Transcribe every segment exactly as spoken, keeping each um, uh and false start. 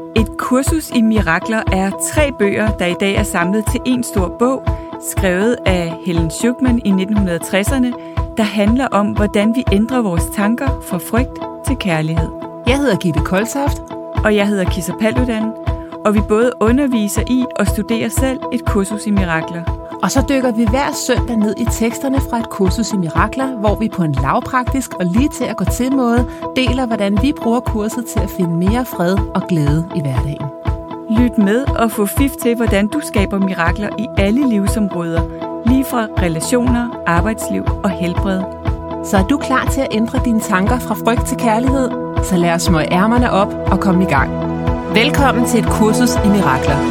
Et kursus i mirakler er tre bøger, der i dag er samlet til en stor bog, skrevet af Helen Schucman i nitten tresserne, der handler om, hvordan vi ændrer vores tanker fra frygt til kærlighed. Jeg hedder Gitte Koltoft. Og jeg hedder Kisa Paludan, og vi både underviser i og studerer selv et kursus i mirakler. Og så dykker vi hver søndag ned i teksterne fra et kursus i mirakler, hvor vi på en lavpraktisk og lige til at gå til måde deler, hvordan vi bruger kurset til at finde mere fred og glæde i hverdagen. Lyt med og få fif til, hvordan du skaber mirakler i alle livsområder, lige fra relationer, arbejdsliv og helbred. Så er du klar til at ændre dine tanker fra frygt til kærlighed? Så lad os smøge ærmerne op og komme i gang. Velkommen til et kursus i mirakler.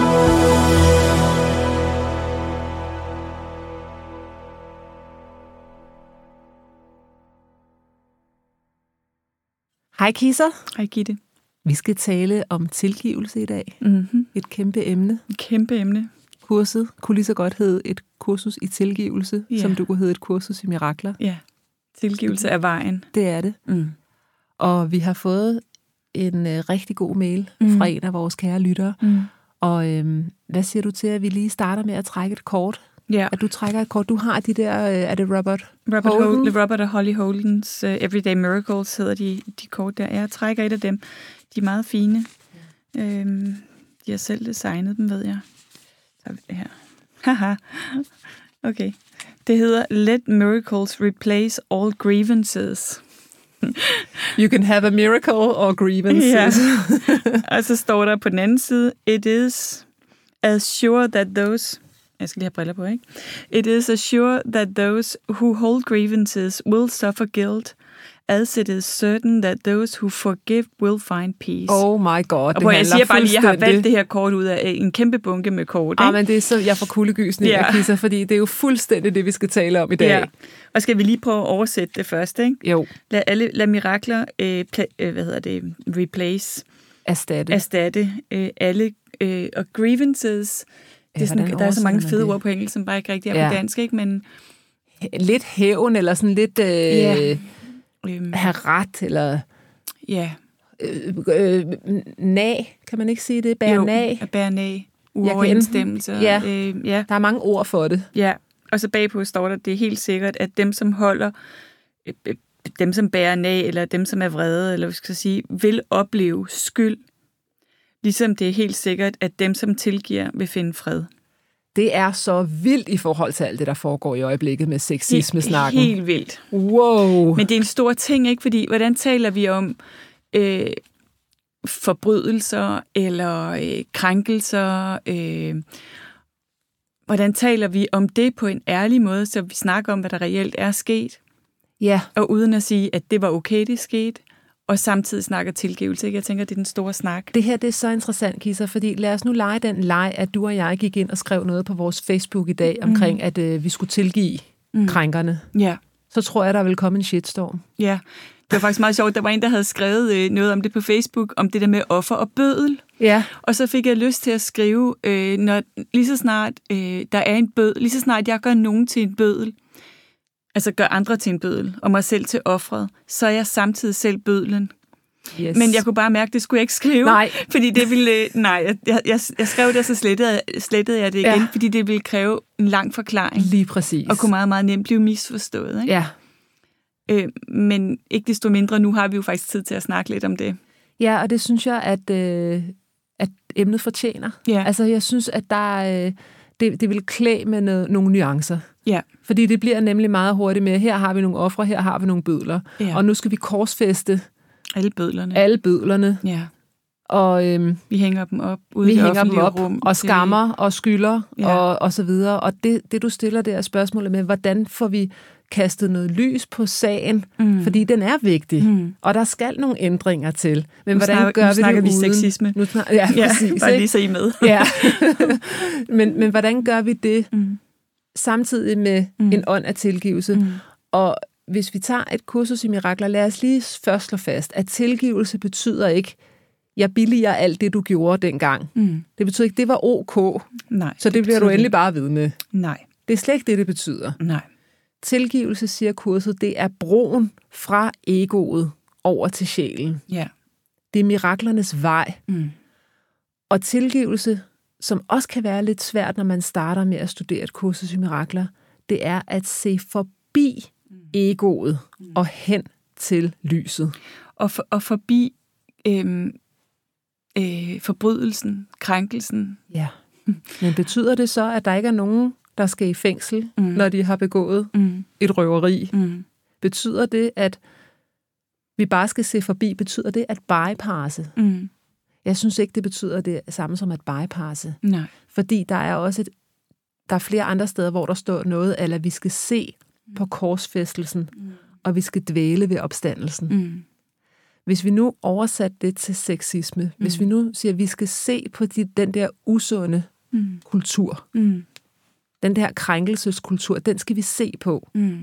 Hej Kisa. Hej Gitte. Vi skal tale om tilgivelse i dag. Mm-hmm. Et kæmpe emne. Et kæmpe emne. Kurset kunne lige så godt hedde et kursus i tilgivelse, ja. Som du kunne hedde et kursus i mirakler. Ja, tilgivelse er vejen. Det er det. Mm. Og vi har fået en øh, rigtig god mail mm. fra en af vores kære lyttere. Mm. Og øhm, hvad siger du til, at vi lige starter med at trække et kort? Ja. At du trækker et kort. Du har de der, øh, er det Robert Robert, Holden? Hol- Robert og Holly Holdens uh, Everyday Miracles hedder de, de kort der. Jeg trækker et af dem. De er meget fine. Ja. Øhm, de har selv designet dem, ved jeg. Så tager vi det her. Haha. Okay. Det hedder Let Miracles Replace All Grievances. You can have a miracle or grievances. Ja. Og så står der på den anden side, It is as sure that those... Jeg skal lige have briller på, ikke? It is as sure that those who hold grievances will suffer guilt, as it is certain that those who forgive will find peace. Oh my god, det og jeg siger bare lige, jeg har valgt fuldstændig... det her kort ud af en kæmpe bunke med kort, ikke? Ah, men det er så, jeg får kuldegysning Ja. af Kisa, fordi det er jo fuldstændig det, vi skal tale om i dag. Ja. Og skal vi lige prøve at oversætte det først, ikke? Jo. Lad, alle, lad mirakler, øh, pla- øh, hvad hedder det, replace, Erstatte. erstatte øh, alle, øh, og grievances... Det er sådan, der er så mange fede ord på engelsk, som bare ikke rigtig er ja. på dansk, ikke? Men lidt hævn, eller sådan lidt øh, ja. øhm. have ret, eller ja. øh, øh, nag, kan man ikke sige det? Bære nag. Jo, bære nag. Uoverensstemmelse. Ja. Øh, ja, der er mange ord for det. Ja, og så bagpå står der, det er helt sikkert, at dem, som holder, øh, dem, som bærer nag, eller dem, som er vrede, eller hvad skal jeg sige, vil opleve skyld. Ligesom det er helt sikkert, at dem, som tilgiver, vil finde fred. Det er så vildt i forhold til alt det, der foregår i øjeblikket med sexisme-snakken. Helt vildt. Wow. Men det er en stor ting, ikke? Fordi, hvordan taler vi om øh, forbrydelser eller øh, krænkelser? Øh, hvordan taler vi om det på en ærlig måde, så vi snakker om, hvad der reelt er sket? Ja. Og uden at sige, at det var okay, det skete. Og samtidig snakker tilgivelse, ikke? Jeg tænker, det er den store snak. Det her, det er så interessant, Kisa, fordi lad os nu lege den leg, at du og jeg gik ind og skrev noget på vores Facebook i dag omkring, mm. at øh, vi skulle tilgive mm. krænkerne. Ja. Så tror jeg, der vil komme en shitstorm. Ja, det var faktisk meget sjovt. Der var en, der havde skrevet øh, noget om det på Facebook, om det der med offer og bødel. Ja. Og så fik jeg lyst til at skrive, øh, når lige så snart øh, der er en bødel, lige så snart jeg gør nogen til en bødel, altså gør andre til en bødel, og mig selv til offret, så er jeg samtidig selv bødlen. Yes. Men jeg kunne bare mærke, det skulle jeg ikke skrive. Nej. Fordi det ville... Nej, jeg, jeg, jeg skrev det, og så slettede, slettede jeg det igen, ja. Fordi det ville kræve en lang forklaring. Lige præcis. Og kunne meget, meget nemt blive misforstået. Ikke? Ja. Øh, men ikke desto mindre, nu har vi jo faktisk tid til at snakke lidt om det. Ja, og det synes jeg, at, øh, at emnet fortjener. Ja. Altså, jeg synes, at der... Øh, Det, det vil klæde med noget, nogle nuancer. Ja. Fordi det bliver nemlig meget hurtigt med, her har vi nogle ofre, her har vi nogle bødler. Ja. Og nu skal vi korsfæste alle bødlerne. Alle bødlerne. Ja. Og øhm, vi hænger dem op ude vi i det hænger dem op rum. Og skammer og skylder ja. og, og så videre. Og det, det, du stiller der spørgsmålet med, hvordan får vi kastet noget lys på sagen? Mm. Fordi den er vigtig. Mm. Og der skal nogle ændringer til. Men nu hvordan snakker, gør nu vi det vi uden? sexisme. Nu snakker, ja, ja, præcis. Bare lige så I med. ja. men, men hvordan gør vi det mm. samtidig med mm. en ånd af tilgivelse? Mm. Og hvis vi tager et kursus i mirakler, lad os lige først slå fast, at tilgivelse betyder ikke, jeg billiger alt det, du gjorde dengang. Mm. Det betyder ikke, det var ok. Nej, så det, det bliver du endelig bare ved med. Nej. Det er slet ikke det, det betyder. Nej. Tilgivelse, siger kurset, det er broen fra egoet over til sjælen. Ja. Det er miraklernes vej. Mm. Og tilgivelse, som også kan være lidt svært, når man starter med at studere et kursus i mirakler, det er at se forbi egoet og hen til lyset. Og, for, og forbi øhm, øh, forbrydelsen, krænkelsen. Ja. Men betyder det så, at der ikke er nogen, der skal i fængsel, mm. når de har begået mm. et røveri? Mm. Betyder det, at vi bare skal se forbi? Betyder det at bypasse? Mm. Jeg synes ikke, det betyder det samme som at bypasse. Nej. Fordi der er også et, der er flere andre steder, hvor der står noget, eller vi skal se mm. på korsfæstelsen, mm. og vi skal dvæle ved opstandelsen. Mm. Hvis vi nu oversat det til sexisme, mm. hvis vi nu siger, at vi skal se på de, den der usunde mm. kultur, mm. den der krænkelseskultur, den skal vi se på. Mm.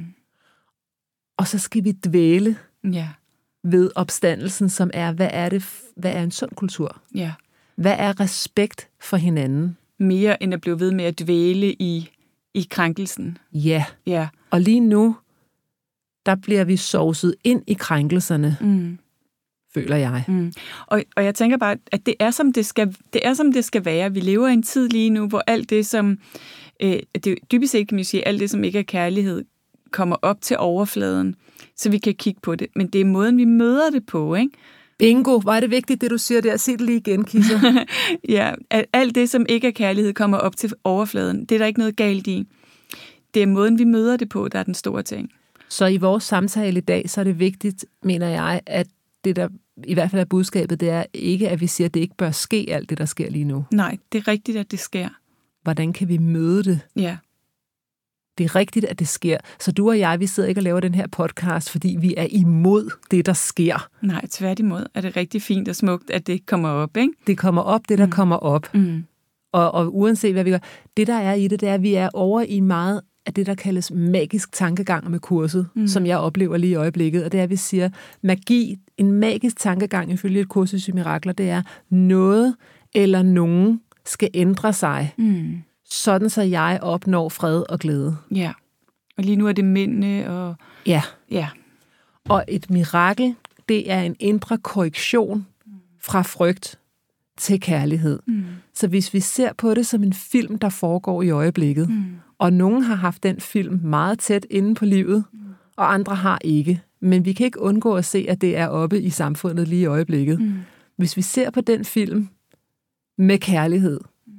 Og så skal vi dvæle ja. ved opstandelsen, som er, hvad er det, hvad er en sund kultur? Ja. Hvad er respekt for hinanden? Mere end at blive ved med at dvæle i, i krænkelsen. Ja. ja. Og lige nu, der bliver vi sovset ind i krænkelserne, mm. føler jeg. Mm. Og, og jeg tænker bare, at det er, som det, skal, det er, som det skal være. Vi lever i en tid lige nu, hvor alt det, som... Øh, det, dybest set kan man sige, alt det, som ikke er kærlighed, kommer op til overfladen, så vi kan kigge på det. Men det er måden, vi møder det på, ikke? Bingo, hvor er det vigtigt, det du siger der. Sig det lige igen, Kisser. ja, at alt det, som ikke er kærlighed, kommer op til overfladen. Det er der ikke noget galt i. Det er måden, vi møder det på, der er den store ting. Så i vores samtale i dag, så er det vigtigt, mener jeg, at det, der i hvert fald er budskabet, det er ikke, at vi siger, at det ikke bør ske, alt det, der sker lige nu. Nej, det er rigtigt, at det sker. Hvordan kan vi møde det? Ja. Det er rigtigt, at det sker. Så du og jeg, vi sidder ikke og laver den her podcast, fordi vi er imod det, der sker. Nej, tværtimod er det rigtig fint og smukt, at det kommer op, ikke? Det kommer op, det der mm. kommer op. Mm. Og, og uanset hvad vi gør, det der er i det, det er, at vi er over i meget af det, der kaldes magisk tankegang med kurset, mm. som jeg oplever lige i øjeblikket. Og det er, at vi siger, magi, en magisk tankegang ifølge et kursus i mirakler, det er noget eller nogen skal ændre sig, mm. sådan så jeg opnår fred og glæde. Ja, og lige nu er det mændene og... Ja. ja. Og et mirakel, det er en indre korrektion fra frygt til kærlighed. Mm. Så hvis vi ser på det som en film, der foregår i øjeblikket, mm. og nogen har haft den film meget tæt inde på livet, mm. og andre har ikke, men vi kan ikke undgå at se, at det er oppe i samfundet lige i øjeblikket. Mm. Hvis vi ser på den film med kærlighed,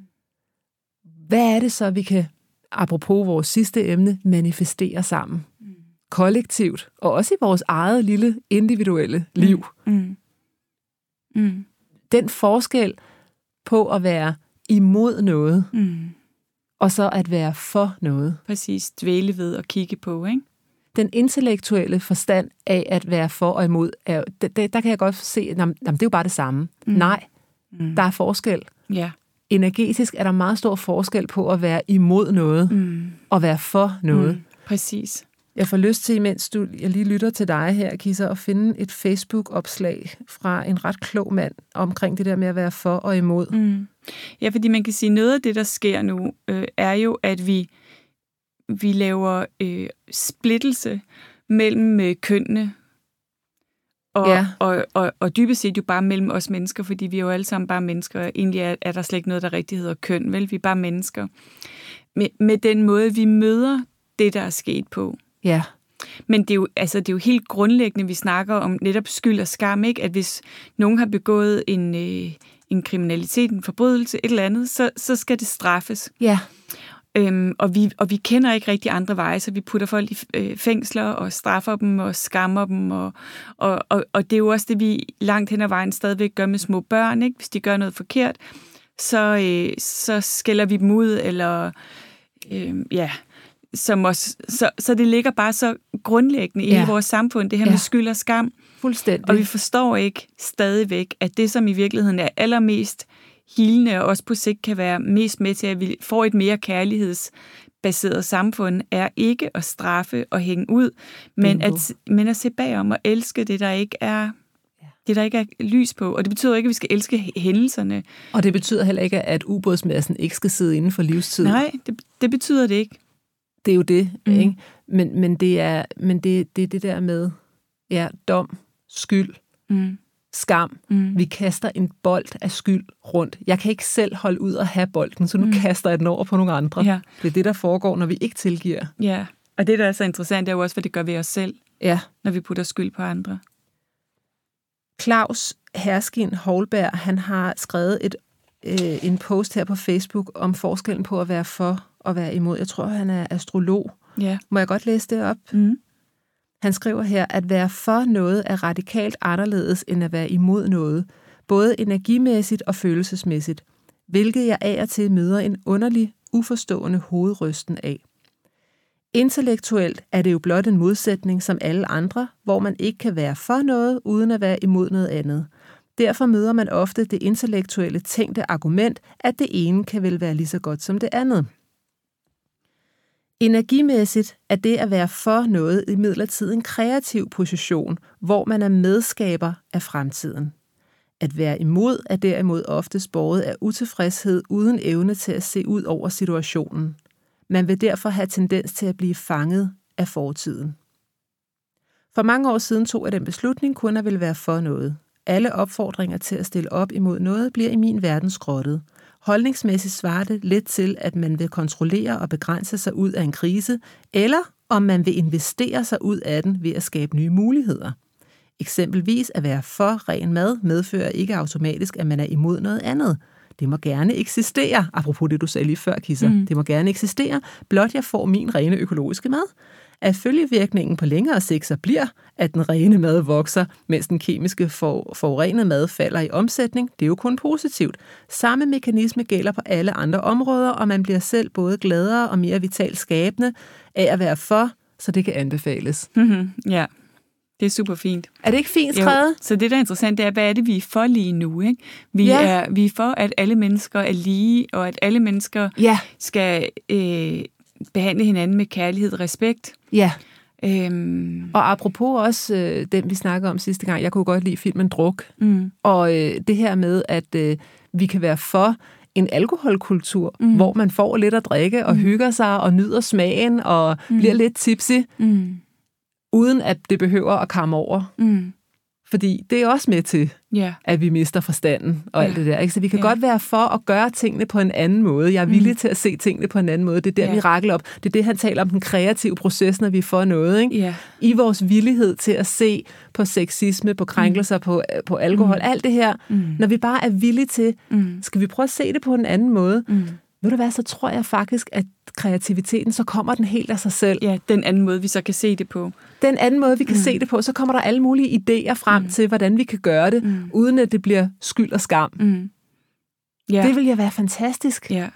hvad er det så, vi kan, apropos vores sidste emne, manifestere sammen? Mm. Kollektivt, og også i vores eget lille individuelle liv. Mm. Mm. Den forskel på at være imod noget, mm. og så at være for noget. Præcis, dvæle ved at kigge på, ikke? Den intellektuelle forstand af at være for og imod, er, der, der kan jeg godt se, at det er jo bare det samme. Mm. Nej, mm. der er forskel. Ja. Energetisk er der meget stor forskel på at være imod noget, mm. og være for noget. Mm. Præcis. Jeg får lyst til, mens du, jeg lige lytter til dig her, Kisser, at finde et Facebook-opslag fra en ret klog mand omkring det der med at være for og imod. Mm. Ja, fordi man kan sige, noget af det, der sker nu, øh, er jo, at vi, vi laver øh, splittelse mellem øh, kønnene, og, ja. og, og, og dybest set jo bare mellem os mennesker, fordi vi er jo alle sammen bare mennesker, og egentlig er, er der slet ikke noget, der rigtig hedder køn, vel? Vi er bare mennesker. Med, med den måde, vi møder det, der er sket på. Ja. Men det er, jo, altså, det er jo helt grundlæggende, vi snakker om netop skyld og skam, ikke? At hvis nogen har begået en, øh, en kriminalitet, en forbrydelse, et eller andet, så, så skal det straffes. Ja. Øhm, og, vi, og vi kender ikke rigtig andre veje, så vi putter folk i øh, fængsler og straffer dem og skammer dem. Og, og, og, og det er jo også det, vi langt hen ad vejen stadigvæk gør med små børn, ikke? Hvis de gør noget forkert, så, øh, så skælder vi dem ud, eller øh, ja... Som også, så, så det ligger bare så grundlæggende ja. i vores samfund, det her ja. med skyld og skam. Fuldstændig. Og vi forstår ikke stadigvæk, at det, som i virkeligheden er allermest healende, og også på sigt kan være mest med til, at vi får et mere kærlighedsbaseret samfund, er ikke at straffe og hænge ud, men at, men at se bagom og elske det, der ikke er... det, der ikke er lys på. Og det betyder ikke, at vi skal elske hændelserne. Og det betyder heller ikke, at ubådsmassen ikke skal sidde inden for livstid. Nej, det, det betyder det ikke. Det er jo det, mm. ikke? Men, men det er men det, det, det der med ja, dom, skyld, mm. skam. Mm. Vi kaster en bold af skyld rundt. Jeg kan ikke selv holde ud og have bolden, så nu mm. kaster jeg den over på nogle andre. Ja. Det er det, der foregår, når vi ikke tilgiver. Ja, og det, der er så interessant, det er jo også, hvad det gør ved os selv, ja. når vi putter skyld på andre. Claus Herskin Holberg, han har skrevet et, øh, en post her på Facebook om forskellen på at være for og være imod. Jeg tror, han er astrolog. Ja. Må jeg godt læse det op? Mm. Han skriver her, at være for noget er radikalt anderledes end at være imod noget, både energimæssigt og følelsesmæssigt, hvilket jeg af og til møder en underlig, uforstående hovedrysten af. Intellektuelt er det jo blot en modsætning som alle andre, hvor man ikke kan være for noget, uden at være imod noget andet. Derfor møder man ofte det intellektuelle tænkte argument, at det ene kan vel være lige så godt som det andet. Energimæssigt er det at være for noget imidlertid en kreativ position, hvor man er medskaber af fremtiden. At være imod er derimod ofte båret af utilfredshed uden evne til at se ud over situationen. Man vil derfor have tendens til at blive fanget af fortiden. For mange år siden tog jeg den beslutning kun at ville være for noget. Alle opfordringer til at stille op imod noget bliver i min verden skrottet. Holdningsmæssigt svarer det lidt til, at man vil kontrollere og begrænse sig ud af en krise, eller om man vil investere sig ud af den ved at skabe nye muligheder. Eksempelvis at være for ren mad medfører ikke automatisk, at man er imod noget andet. Det må gerne eksistere, apropos det du sagde lige før, Kisser. Mm. Det må gerne eksistere, blot jeg får min rene økologiske mad. At følgevirkningen på længere sigt så bliver, at den rene mad vokser, mens den kemiske for, forurenede mad falder i omsætning, det er jo kun positivt. Samme mekanisme gælder på alle andre områder, og man bliver selv både gladere og mere vitalt skabende af at være for, så det kan anbefales. Mm-hmm. Ja, det er super fint. Er det ikke fint skrevet? Jo. Så det, der er interessant, det er, hvad er det, vi er for lige nu? Ikke? Vi, ja. er, vi er for, at alle mennesker er lige, og at alle mennesker ja. skal øh, behandle hinanden med kærlighed og respekt. Ja. Øhm. Og apropos også øh, den, vi snakkede om sidste gang, jeg kunne godt lide filmen Druk. Mm. Og øh, det her med, at øh, vi kan være for en alkoholkultur, mm. hvor man får lidt at drikke og mm. hygger sig og nyder smagen og mm. bliver lidt tipsy, mm. uden at det behøver at komme over. Mm. Fordi det er også med til, yeah. at vi mister forstanden og yeah. alt det der. Ikke? Så vi kan yeah. godt være for at gøre tingene på en anden måde. Jeg er villig mm. til at se tingene på en anden måde. Det er der yeah. mirakel op. Det er det, han taler om, den kreative proces, når vi får noget. Ikke? Yeah. I vores villighed til at se på sexisme, på krænkelser, mm. på, på alkohol, mm. alt det her. Mm. Når vi bare er villige til, mm. skal vi prøve at se det på en anden måde. Mm. Ved du hvad, så tror jeg faktisk, at kreativiteten, så kommer den helt af sig selv. Ja, den anden måde, vi så kan se det på. Den anden måde, vi kan mm. se det på, så kommer der alle mulige idéer frem mm. til, hvordan vi kan gøre det, mm. uden at det bliver skyld og skam. Mm. Ja. Det vil jo være fantastisk. Ja.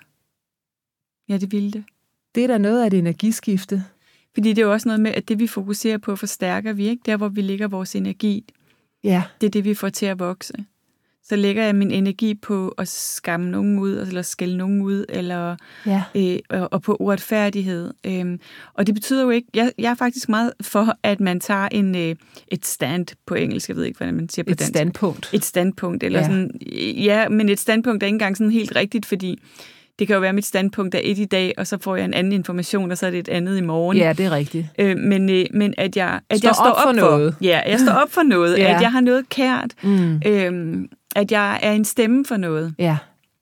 Ja, det ville det. Det er da noget af et energiskifte. Fordi det er jo også noget med, at det vi fokuserer på, forstærker vi, ikke? Der, hvor vi lægger vores energi. Ja. Det er det, vi får til at vokse. Så lægger jeg min energi på at skamme nogen ud, eller skælde nogen ud, eller, ja. øh, og, og på uretfærdighed. Øhm, og det betyder jo ikke, jeg, jeg er faktisk meget for, at man tager en, øh, et stand på engelsk, jeg ved ikke, hvordan man siger på et dansk. Et standpunkt. Et standpunkt, eller ja. sådan, ja, men et standpunkt er ikke engang sådan helt rigtigt, fordi det kan jo være, at mit standpunkt er et i dag, og så får jeg en anden information, og så er det et andet i morgen. Ja, det er rigtigt. Øh, men, øh, men at jeg, at står jeg står op, op for noget. For, ja, jeg står op for noget, ja. At jeg har noget kært. Mm. Øh, at jeg er en stemme for noget. Ja.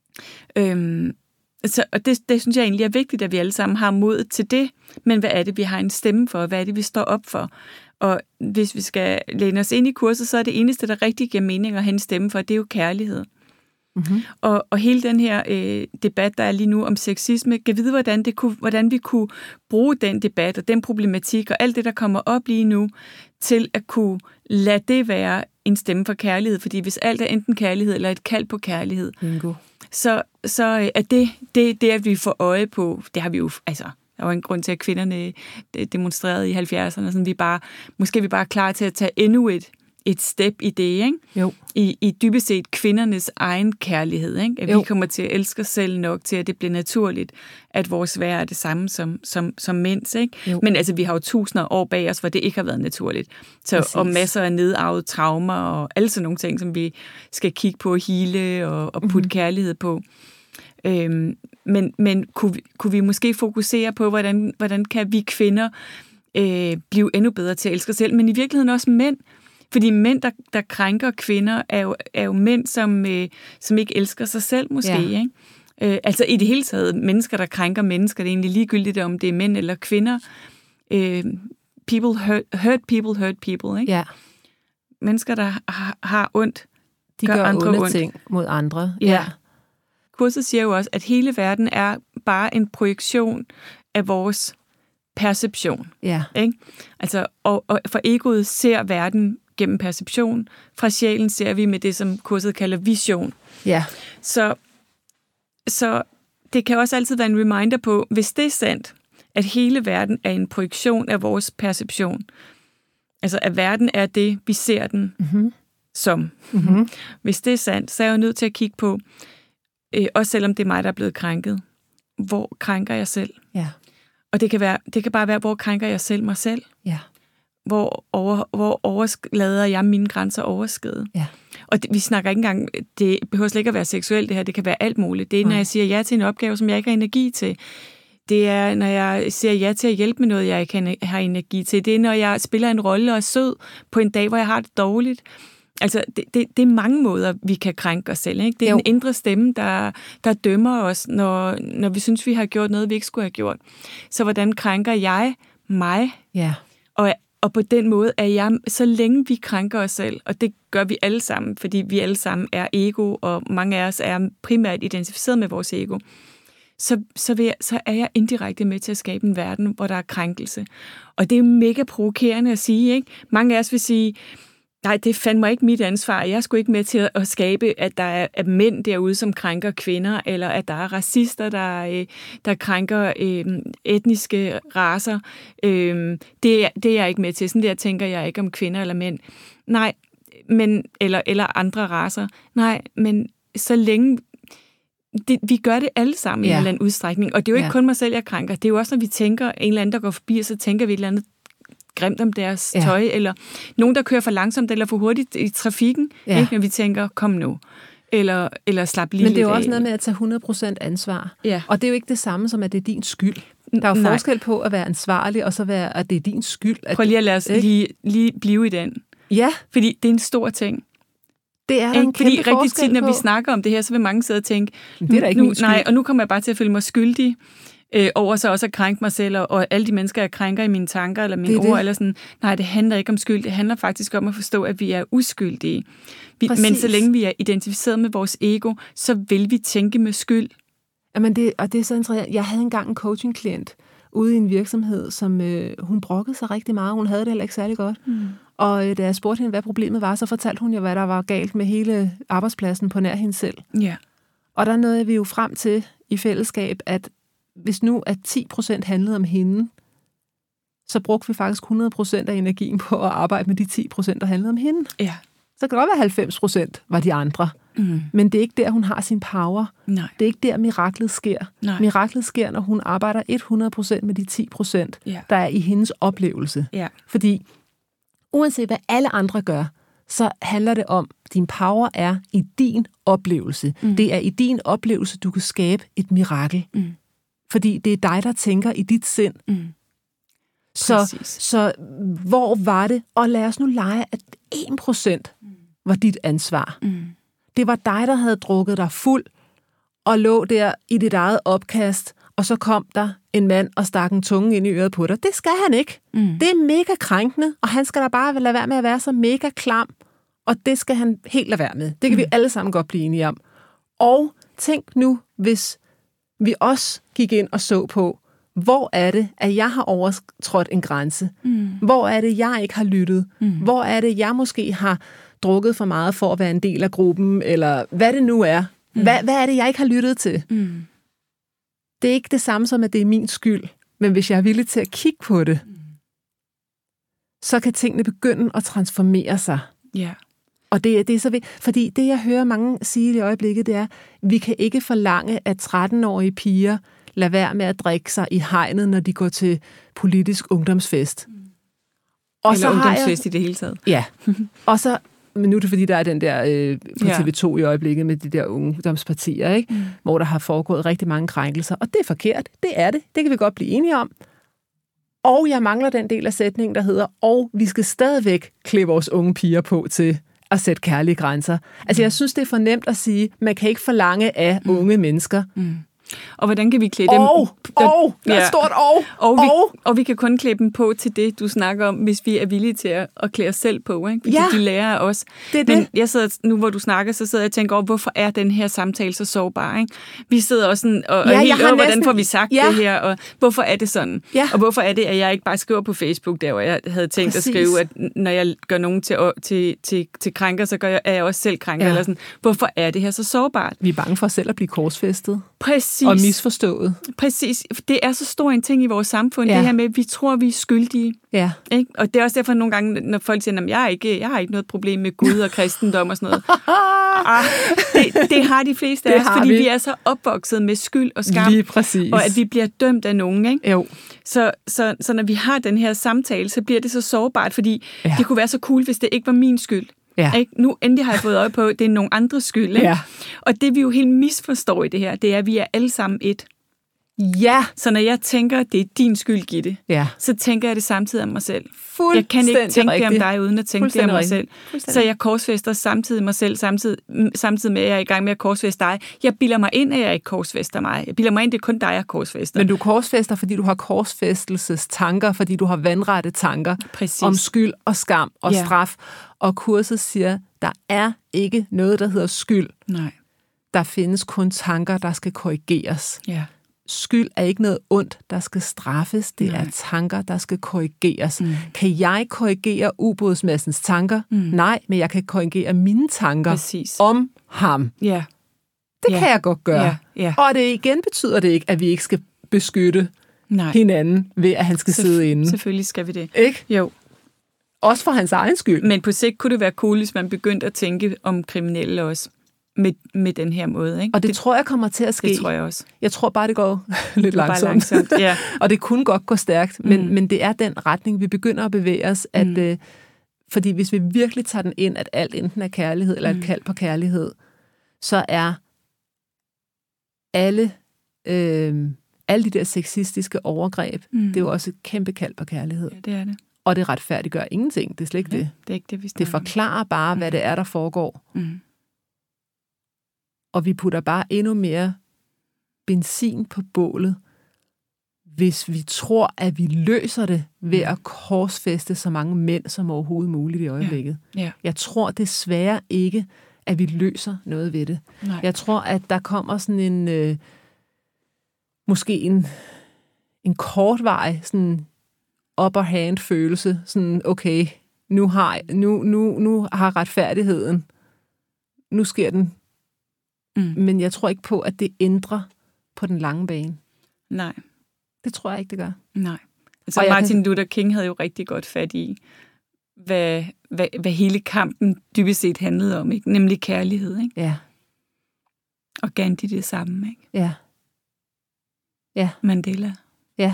Øhm, så, og det, det synes jeg egentlig er vigtigt, at vi alle sammen har mod til det. Men hvad er det, vi har en stemme for? Hvad er det, vi står op for? Og hvis vi skal læne os ind i kurset, så er det eneste, der rigtig giver mening at have en stemme for, det er jo kærlighed. Mm-hmm. Og, og hele den her øh, debat, der er lige nu om sexisme, kan vide, hvordan, det kunne, hvordan vi kunne bruge den debat og den problematik og alt det, der kommer op lige nu, til at kunne lade det være en stemme for kærlighed. Fordi hvis alt er enten kærlighed eller et kald på kærlighed, Bingo. så, så er det, det, det, at vi får øje på, det har vi jo, altså, der var en grund til, at kvinderne demonstrerede i halvfjerdserne, sådan vi bare, måske er vi bare klar til at tage endnu et et step i det, ikke? Jo. I, i dybest set kvindernes egen kærlighed, ikke? At jo. Vi kommer til at elske os selv nok til, at det bliver naturligt, at vores værd er det samme som, som, som mænds, ikke? Jo. Men altså, vi har jo tusinder år bag os, hvor det ikke har været naturligt. Så, og masser af nedarvede traumer og alle sådan nogle ting, som vi skal kigge på, hele og, og putte mm-hmm. kærlighed på. Øhm, men men kunne, vi, kunne vi måske fokusere på, hvordan, hvordan kan vi kvinder øh, blive endnu bedre til at elske os selv, men i virkeligheden også mænd. Fordi mænd, der, der krænker kvinder, er jo, er jo mænd, som, øh, som ikke elsker sig selv måske, ja. Ikke? Øh, altså i det hele taget, mennesker, der krænker mennesker, det er egentlig ligegyldigt, om det er mænd eller kvinder. Øh, people hurt, hurt people, hurt people, ikke? Ja. Mennesker, der har, har ondt, de gør, gør andre onde ondt. ting mod andre. Ja. ja. Kurset siger jo også, at hele verden er bare en projektion af vores perception. Ja. Ikke? Altså, og, og for egoet ser verden gennem perception. Fra sjælen ser vi med det, som kurset kalder vision. Ja. Så, så det kan også altid være en reminder på, hvis det er sandt, at hele verden er en projektion af vores perception. Altså, at verden er det, vi ser den mm-hmm. som. Mm-hmm. Hvis det er sandt, så er jeg jo nødt til at kigge på, øh, også selvom det er mig, der er blevet krænket, hvor krænker jeg selv? Ja. Og det kan, være, det kan bare være, hvor krænker jeg selv mig selv? Ja. Hvor, over, hvor overlader jeg mine grænser overskride? Ja. Og det, vi snakker ikke engang, det behøver slet ikke at være seksuelt det her, det kan være alt muligt. Det er, når jeg siger ja til en opgave, som jeg ikke har energi til. Det er, når jeg siger ja til at hjælpe med noget, jeg ikke har energi til. Det er, når jeg spiller en rolle og er sød på en dag, hvor jeg har det dårligt. Altså, det, det, det er mange måder, vi kan krænke os selv. Ikke? Det er jo den indre stemme, der, der dømmer os, når, når vi synes, vi har gjort noget, vi ikke skulle have gjort. Så hvordan krænker jeg mig? Ja. Og, og på den måde er jeg, så længe vi krænker os selv, og det gør vi alle sammen, fordi vi alle sammen er ego, og mange af os er primært identificeret med vores ego, så, så, vil jeg, så er jeg indirekte med til at skabe en verden, hvor der er krænkelse. Og det er jo mega provokerende at sige, ikke? Mange af os vil sige, nej, det fandt mig ikke mit ansvar. Jeg skulle ikke med til at skabe, at der er mænd derude, som krænker kvinder, eller at der er racister, der, der krænker øh, etniske racer. Øh, det, er, det er jeg ikke med til. Sådan der tænker jeg ikke om kvinder eller mænd. Nej, men, eller, eller andre racer. Nej, men så længe... Det, vi gør det alle sammen ja. I en eller anden udstrækning. Og det er jo ikke ja. Kun mig selv, jeg krænker. Det er jo også, når vi tænker, en eller anden, der går forbi, så tænker vi et eller andet grimt om deres ja. Tøj, eller nogen, der kører for langsomt eller for hurtigt i trafikken, ja. Ikke, når vi tænker, kom nu, eller, eller slap lige. Men det er jo af. også noget med at tage hundrede procent ansvar. Ja. Og det er jo ikke det samme som, at det er din skyld. Der er jo Nej. Forskel på at være ansvarlig, og så være, at det er din skyld. At Prøv lige at lade os lige, lige blive i den. Ja. Fordi det er en stor ting. Det er der en Fordi kæmpe rigtig tit, når på. vi snakker om det her, så vil mange sidde og tænke, det er da ikke nu, min skyld. Nej, og nu kommer jeg bare til at føle mig skyldig. Øh, over så også at krænke mig selv, og, og alle de mennesker, jeg krænker i mine tanker, eller mine ord, det. Eller sådan. Nej, det handler ikke om skyld. Det handler faktisk om at forstå, at vi er uskyldige. Vi, men så længe vi er identificeret med vores ego, så vil vi tænke med skyld. Jamen det, og det er så interessant. Jeg havde engang en coaching-klient ude i en virksomhed, som øh, hun brokkede sig rigtig meget. Hun havde det heller ikke særlig godt. Mm. Og øh, da jeg spurgte hende, hvad problemet var, så fortalte hun jo, hvad der var galt med hele arbejdspladsen på nær hende selv. Ja. Og der nåede vi jo frem til i fællesskab, at hvis nu at ti procent handlede om hende, så brugte vi faktisk hundrede procent af energien på at arbejde med de ti procent, der handlede om hende. Ja. Så kan det godt være halvfems procent var de andre. Mm. Men det er ikke der, hun har sin power. Nej. Det er ikke der, miraklet sker. Nej. Miraklet sker, når hun arbejder hundrede procent med de ti procent, ja. Der er i hendes oplevelse. Ja. Fordi uanset hvad alle andre gør, så handler det om, at din power er i din oplevelse. Mm. Det er i din oplevelse, du kan skabe et mirakel. Mm. Fordi det er dig, der tænker i dit sind. Mm. Så, så hvor var det? Og lad os nu lege, at en procent var dit ansvar. Mm. Det var dig, der havde drukket dig fuld, og lå der i dit eget opkast, og så kom der en mand og stak en tunge ind i øret på dig. Det skal han ikke. Mm. Det er mega krænkende, og han skal da bare lade være med at være så mega klam, og det skal han helt lade være med. Det kan mm. vi alle sammen godt blive enige om. Og tænk nu, hvis vi også gik ind og så på, hvor er det, at jeg har overtrådt en grænse? Mm. Hvor er det, jeg ikke har lyttet? Mm. Hvor er det, jeg måske har drukket for meget for at være en del af gruppen? Eller hvad det nu er. Mm. Hvad, hvad er det, jeg ikke har lyttet til? Mm. Det er ikke det samme som, at det er min skyld. Men hvis jeg er villig til at kigge på det, mm. så kan tingene begynde at transformere sig. Yeah. Og det, det er så vigtigt. Fordi det, jeg hører mange sige i øjeblikket, det er, vi kan ikke forlange, at tretten-årige piger lad være med at drikke sig i hegnet, når de går til politisk ungdomsfest. Mm. Og Eller så ungdomsfest jeg, i det hele taget. Ja. Og så, men nu er det fordi, der er den der øh, på ja. T V to i øjeblikket med de der ungdomspartier, ikke? Mm. Hvor der har foregået rigtig mange krænkelser. Og det er forkert. Det er det. Det kan vi godt blive enige om. Og jeg mangler den del af sætningen, der hedder, og vi skal stadigvæk klæde vores unge piger på til at sætte kærlige grænser. Altså, jeg synes, det er for nemt at sige, man kan ikke forlange af mm. unge mennesker. Mm. Og hvordan kan vi klæde dem? Og, og, der er et stort og, og, vi, og. og vi kan kun klæde dem på til det, du snakker om, hvis vi er villige til at, at klæde os selv på, ikke? Fordi ja, de lærer af os. Det er Men det. jeg sidder, nu hvor du snakker, så sidder jeg og tænker over, hvorfor er den her samtale så sårbar, ikke? Vi sidder også sådan, og, ja, og helt over, næsten, hvordan får vi sagt ja. det her, og hvorfor er det sådan? Ja. Og hvorfor er det, at jeg ikke bare skriver på Facebook, der hvor jeg havde tænkt Præcis. at skrive, at når jeg gør nogen til, til, til, til krænker, så gør jeg, er jeg også selv krænker. Ja. Eller sådan. Hvorfor er det her så sårbart? Vi er bange for selv at blive korsfæstet. Præcis. Og misforstået. Præcis. Det er så stor en ting i vores samfund, ja. det her med, at vi tror, vi er skyldige. Ja. Ikke? Og det er også derfor nogle gange, når folk siger, at jeg, er ikke, jeg har ikke noget problem med Gud og kristendom og sådan noget. ah, det, det har de fleste af os, fordi vi. vi er så opvokset med skyld og skam. Lige præcis. Og at vi bliver dømt af nogen. Ikke? Jo. Så, så, så når vi har den her samtale, så bliver det så sårbart, fordi ja. det kunne være så cool, hvis det ikke var min skyld. Ja. Ikke? Nu endelig har jeg fået øje på, at det er nogen andres skyld. Ikke? Ja. Og det vi jo helt misforstår i det her, det er, at vi er alle sammen et. Ja. Så når jeg tænker, at det er din skyld, Gitte, ja. så tænker jeg det samtidig om mig selv. Jeg kan ikke tænke det om dig, uden at tænke det om mig selv. Så jeg korsfester samtidig mig selv, samtidig, samtidig med, at jeg er i gang med at korsfeste dig. Jeg bilder mig ind, at jeg ikke korsfester mig. Jeg bilder mig ind, det er kun dig, jeg korsfester. Men du korsfester, fordi du har korsfæstelsestanker, fordi du har vandrette tanker Præcis. om skyld og skam og ja. straf. Og kurset siger, der er ikke noget, der hedder skyld. Nej. Der findes kun tanker, der skal korrigeres. Ja. Skyld er ikke noget ondt, der skal straffes. Det Nej. er tanker, der skal korrigeres. Mm. Kan jeg korrigere ubådsmassens tanker? Mm. Nej, men jeg kan korrigere mine tanker Præcis. om ham. Ja. Det ja. kan jeg godt gøre. Ja. Ja. Og det igen betyder det ikke, at vi ikke skal beskytte Nej. hinanden ved, at han skal Selvf- sidde inde. Selvfølgelig skal vi det. Ikke? Jo. Også for hans egen skyld. Men på sigt kunne det være cool, hvis man begyndte at tænke om kriminelle også. Med, med den her måde. Ikke? Og det, det tror jeg kommer til at ske. Det tror jeg også. Jeg tror bare, det går lidt langsomt. Bare langsomt. Ja. Og det kunne godt gå stærkt, men, mm. men det er den retning, vi begynder at bevæge os. At, mm. øh, fordi hvis vi virkelig tager den ind, at alt enten er kærlighed eller mm. et kald på kærlighed, så er alle, øh, alle de der sexistiske overgreb, mm. det er jo også et kæmpe kald på kærlighed. Ja, det er det. Og det retfærdiggør ingenting. Det er slet ikke ja, det. Det er ikke det, vi Det forklarer bare, mm. hvad det er, der foregår. Mm. Og vi putter bare endnu mere benzin på bålet, hvis vi tror, at vi løser det ved at korsfæste så mange mænd som overhovedet muligt i øjeblikket. Ja. Ja. Jeg tror desværre ikke, at vi løser noget ved det. Nej. Jeg tror, at der kommer sådan en, øh, måske en, en kortvarig, sådan upper hand følelse, sådan okay, nu har, nu, nu, nu har retfærdigheden, nu sker den. Mm. Men jeg tror ikke på, at det ændrer på den lange bane. Nej. Det tror jeg ikke, det gør. Nej. Altså Martin kan... Luther King havde jo rigtig godt fat i, hvad, hvad, hvad hele kampen dybest set handlede om, ikke? Nemlig kærlighed. Ikke? Ja. Og Gandhi det samme. Ikke? Ja. Ja. Mandela. Ja.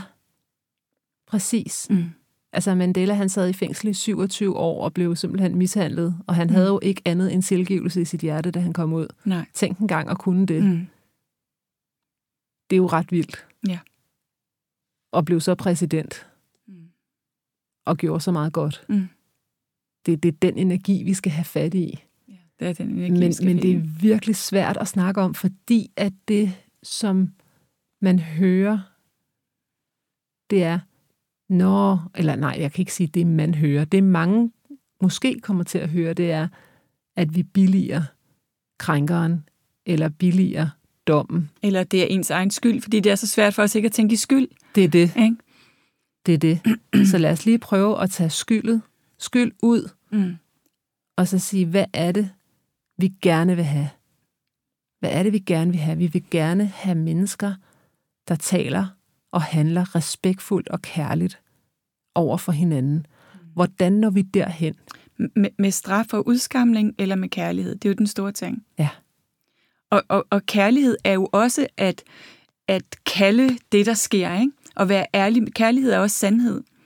Præcis. Mm. Altså Mandela, han sad i fængsel i syvogtyve år og blev simpelthen mishandlet, og han mm. havde jo ikke andet end tilgivelse i sit hjerte, da han kom ud. Nej. Tænk en gang at kunne det. Mm. Det er jo ret vildt. Ja. Og blev så præsident. Mm. Og gjorde så meget godt. Mm. Det, det er den energi, vi skal have fat i. Ja, det er den energi, men, vi skal men have det er virkelig svært at snakke om, fordi at det, som man hører, det er Nå, eller nej, jeg kan ikke sige, det man hører. Det mange måske kommer til at høre, det er, at vi billiger krænkeren, eller billiger dommen. Eller det er ens egen skyld, fordi det er så svært for os ikke at tænke i skyld. Det er det. Ikke? Det er det. Så lad os lige prøve at tage skyldet, skyld ud, mm. og så sige, hvad er det, vi gerne vil have? Hvad er det, vi gerne vil have? Vi vil gerne have mennesker, der taler og handler respektfuldt og kærligt over for hinanden. Hvordan når vi derhen? Med, med straf og udskamning eller med kærlighed? Det er jo den store ting. Ja. Og, og, og kærlighed er jo også at, at kalde det, der sker, ikke? Og være ærlig. Kærlighed er også sandhed.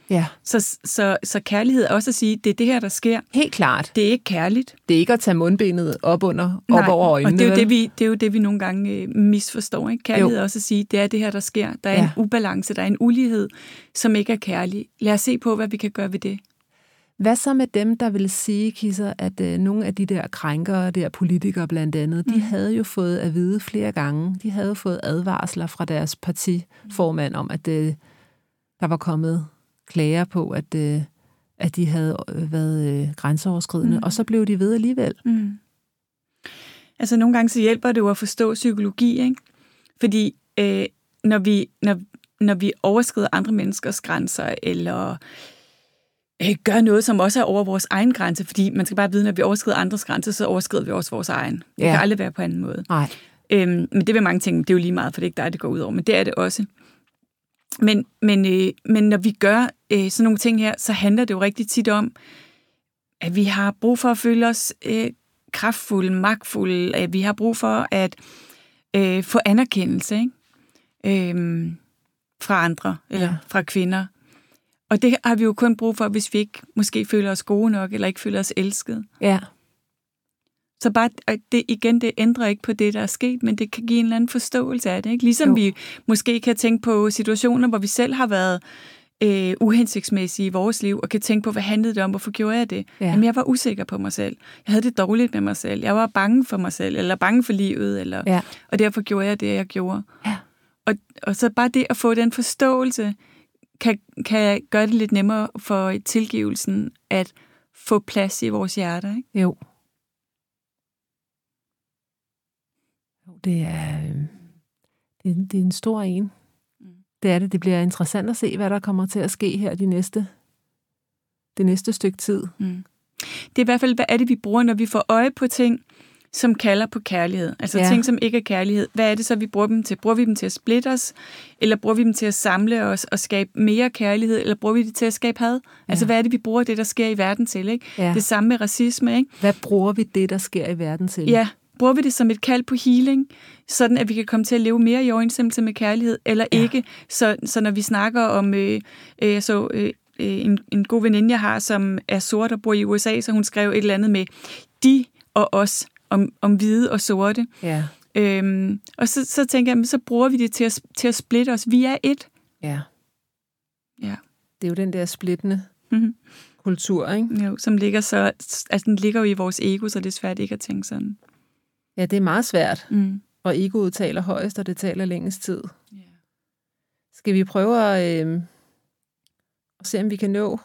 Ja. Så, så, så kærlighed er også at sige, det er det her, der sker. Helt klart. Det er ikke kærligt. Det er ikke at tage mundbenet op under, Nej, op over øjnene. og det er, jo vel? det, vi, det er jo det, vi nogle gange øh, misforstår. Ikke? Kærlighed Jo. er også at sige, det er det her, der sker. Der er Ja. en ubalance, der er en ulighed, som ikke er kærlig. Lad os se på, hvad vi kan gøre ved det. Hvad så med dem, der vil sige, Kisser, at øh, nogle af de der krænkere, der politikere blandt andet, mm. de havde jo fået at vide flere gange, de havde jo fået advarsler fra deres partiformand om, at øh, der var kommet klager på, at, øh, at de havde været øh, grænseoverskridende, mm. og så blev de ved alligevel. Mm. Altså nogle gange så hjælper det jo at forstå psykologi, ikke? Fordi øh, når, vi, når, når vi overskrider andre menneskers grænser, eller øh, gør noget, som også er over vores egen grænse, fordi man skal bare vide, når vi overskrider andres grænser, så overskrider vi også vores egen. Det Ja. kan aldrig være på anden måde. Nej. Øhm, men det vil mange ting, det er jo lige meget, for det er ikke dig, det går ud over, men det er det også. Men, men, øh, men når vi gør øh, sådan nogle ting her, så handler det jo rigtig tit om, at vi har brug for at føle os øh, kraftfulde, magtfulde, at vi har brug for at øh, få anerkendelse, ikke? Øhm, fra andre, eller Ja. fra kvinder. Og det har vi jo kun brug for, hvis vi ikke måske føler os gode nok, eller ikke føler os elsket. Ja. Så bare, det, igen, det ændrer ikke på det, der er sket, men det kan give en eller anden forståelse af det. Ikke? Ligesom Jo. vi måske kan tænke på situationer, hvor vi selv har været øh, uhensigtsmæssige i vores liv, og kan tænke på, hvad handlede det om, hvorfor gjorde jeg det? Ja. Jamen, jeg var usikker på mig selv. Jeg havde det dårligt med mig selv. Jeg var bange for mig selv, eller bange for livet, eller, Ja. og derfor gjorde jeg det, jeg gjorde. Ja. Og, og så bare det at få den forståelse, kan, kan gøre det lidt nemmere for tilgivelsen at få plads i vores hjerter. Ikke? Jo. Det er, øh, det, er- det er en stor en. Mm. Det er det. Det bliver interessant at se, hvad der kommer til at ske her de næste, det næste stykke tid. Mm. Det er i hvert fald, hvad er det, vi bruger, når vi får øje på ting, som kalder på kærlighed. Altså Ja. ting, som ikke er kærlighed. Hvad er det så, vi bruger dem til? Bruger vi dem til at splitte os? Eller bruger vi dem til at samle os og skabe mere kærlighed? Eller bruger vi det til at skabe had? Ja. Altså, hvad er det, vi bruger det, der sker i verden til? Ikke? Ja. Det samme med racisme, ikke? Hvad bruger vi det, der sker i verden til? Ja, bruger vi det som et kald på healing, sådan at vi kan komme til at leve mere i overensstemmelse med kærlighed, eller Ja. ikke? Så, så når vi snakker om, øh, øh, så øh, en, en god veninde, jeg har, som er sort og bor i U S A, så hun skrev et eller andet med de og os, om, om hvide og sorte. Ja. Øhm, og så, så tænker jeg, så bruger vi det til at, til at splitte os. Vi er et. Ja. Ja. Det er jo den der splittende Mm-hmm. kultur, ikke? Jo, som ligger så, altså den ligger jo i vores ego, så det er svært ikke at tænke sådan. Ja, det er meget svært. Mm. Og egoet taler højst, og det taler længst tid. Yeah. Skal vi prøve at, øh, at se, om vi kan nå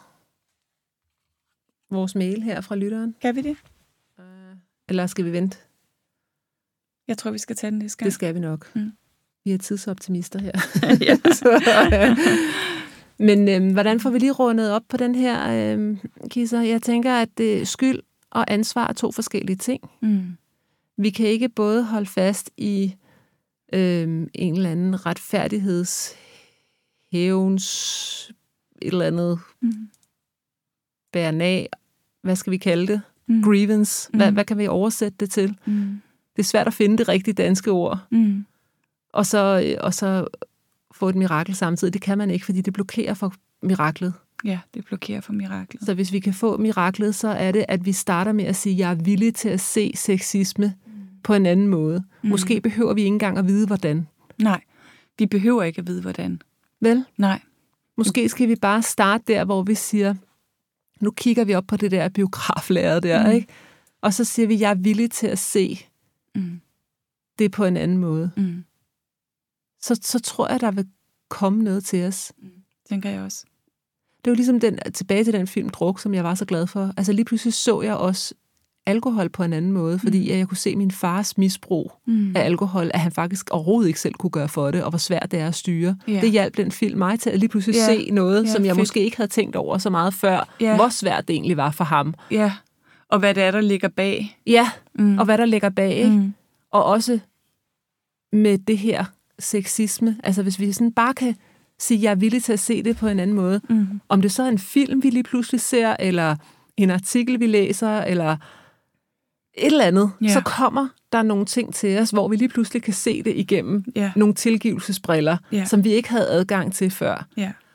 vores mail her fra lytteren? Kan vi det? Eller skal vi vente? Jeg tror, vi skal tage den næste gang. Det skal vi nok. Mm. Vi er tidsoptimister her. Ja. Så, øh, men øh, hvordan får vi lige rundet op på den her, øh, Kisser? Jeg tænker, at det, skyld og ansvar er to forskellige ting. Mm. Vi kan ikke både holde fast i øh, en eller anden retfærdighedshævens, et eller andet Mm. bæren af, hvad skal vi kalde det? Mm. Grievance. Hvad, Mm. hvad kan vi oversætte det til? Mm. Det er svært at finde det rigtige danske ord. Mm. Og så, og så få et mirakel samtidig. Det kan man ikke, fordi det blokerer for miraklet. Ja, det blokerer for miraklet. Så hvis vi kan få miraklet, så er det, at vi starter med at sige, at jeg er villig til at se sexisme mm. på en anden måde. Mm. Måske behøver vi ikke engang at vide, hvordan. Nej, vi behøver ikke at vide, hvordan. Vel? Nej. Måske skal vi bare starte der, hvor vi siger, nu kigger vi op på det der biograflærer der, Mm. ikke? Og så siger vi, at jeg er villig til at se Mm. det på en anden måde. Mm. Så, så tror jeg, der vil komme noget til os. Mm. Tænker jeg også. Det var ligesom den, tilbage til den film Druk, som jeg var så glad for. Altså lige pludselig så jeg også alkohol på en anden måde, fordi Mm. jeg kunne se min fars misbrug Mm. af alkohol, at han faktisk overhovedet ikke selv kunne gøre for det, og hvor svært det er at styre. Ja. Det hjalp den film mig til at lige pludselig Ja. se noget, Ja, som jeg fedt. måske ikke havde tænkt over så meget før, Ja. hvor svært det egentlig var for ham. Ja, og hvad det er, der ligger bag. Ja, Mm. og hvad der ligger bag, ikke? Mm. Og også med det her sexisme. Altså hvis vi sådan bare kan sige, at jeg er villig til at se det på en anden måde. Mm. Om det så er en film, vi lige pludselig ser, eller en artikel, vi læser, eller et eller andet, Ja. så kommer der nogle ting til os, hvor vi lige pludselig kan se det igennem Ja. nogle tilgivelsesbriller, Ja. som vi ikke havde adgang til før. Ja.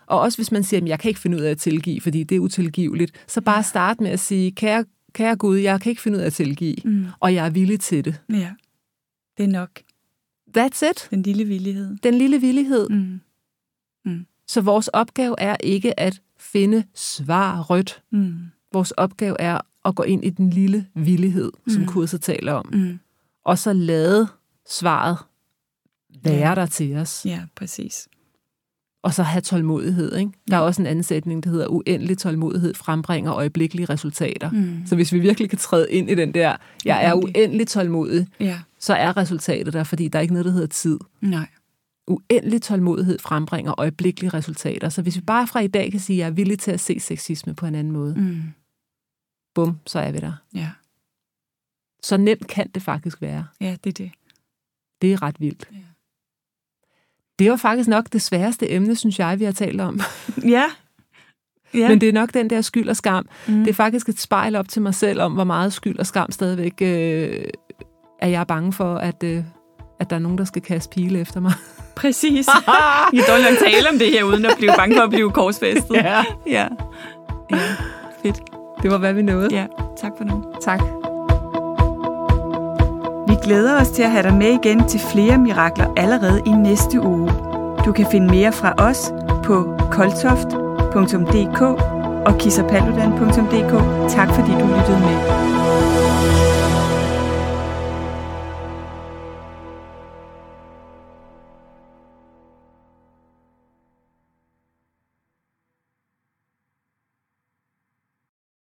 Og også hvis man siger, at jeg kan ikke finde ud af at tilgive, fordi det er utilgiveligt, så bare start med at sige, kære, kære Gud, jeg kan ikke finde ud af at tilgive, mm. og jeg er villig til det. Ja, det er nok. That's it. Den lille villighed. Den lille villighed. Mm. Mm. Så vores opgave er ikke at finde svar rødt. Mm. Vores opgave er at gå ind i den lille villighed, som mm. kurset taler om. Mm. Og så lade svaret være ja. der til os. Ja, præcis. Og så have tålmodighed. Ikke? Der er også en anden sætning, der hedder, uendelig tålmodighed frembringer øjeblikkelige resultater. Mm. Så hvis vi virkelig kan træde ind i den der, jeg er uendelig tålmodig, ja. så er resultatet der, fordi der er ikke noget, der hedder tid. Nej. Uendelig tålmodighed frembringer øjeblikkelige resultater. Så hvis vi bare fra i dag kan sige, at jeg er villig til at se sexisme på en anden måde, mm. bum, så er vi der. Ja. Så nemt kan det faktisk være. Ja, det er det. Det er ret vildt. Ja. Det var faktisk nok det sværeste emne, synes jeg, vi har talt om. Ja. Ja. Men det er nok den der skyld og skam. Mm. Det er faktisk et spejl op til mig selv om, hvor meget skyld og skam stadigvæk øh, er jeg bange for, at, øh, at der er nogen, der skal kaste pile efter mig. Præcis. I kan dårligt nok tale om det her, uden at blive bange for at blive korsfæstet. Ja. Ja. Ja. Fedt. Det var, hvad vi nåede. Ja, tak for nu. Tak. Vi glæder os til at have dig med igen til flere mirakler allerede i næste uge. Du kan finde mere fra os på koltoft punktum d k og kissapaludan punktum d k. Tak fordi du lyttede med.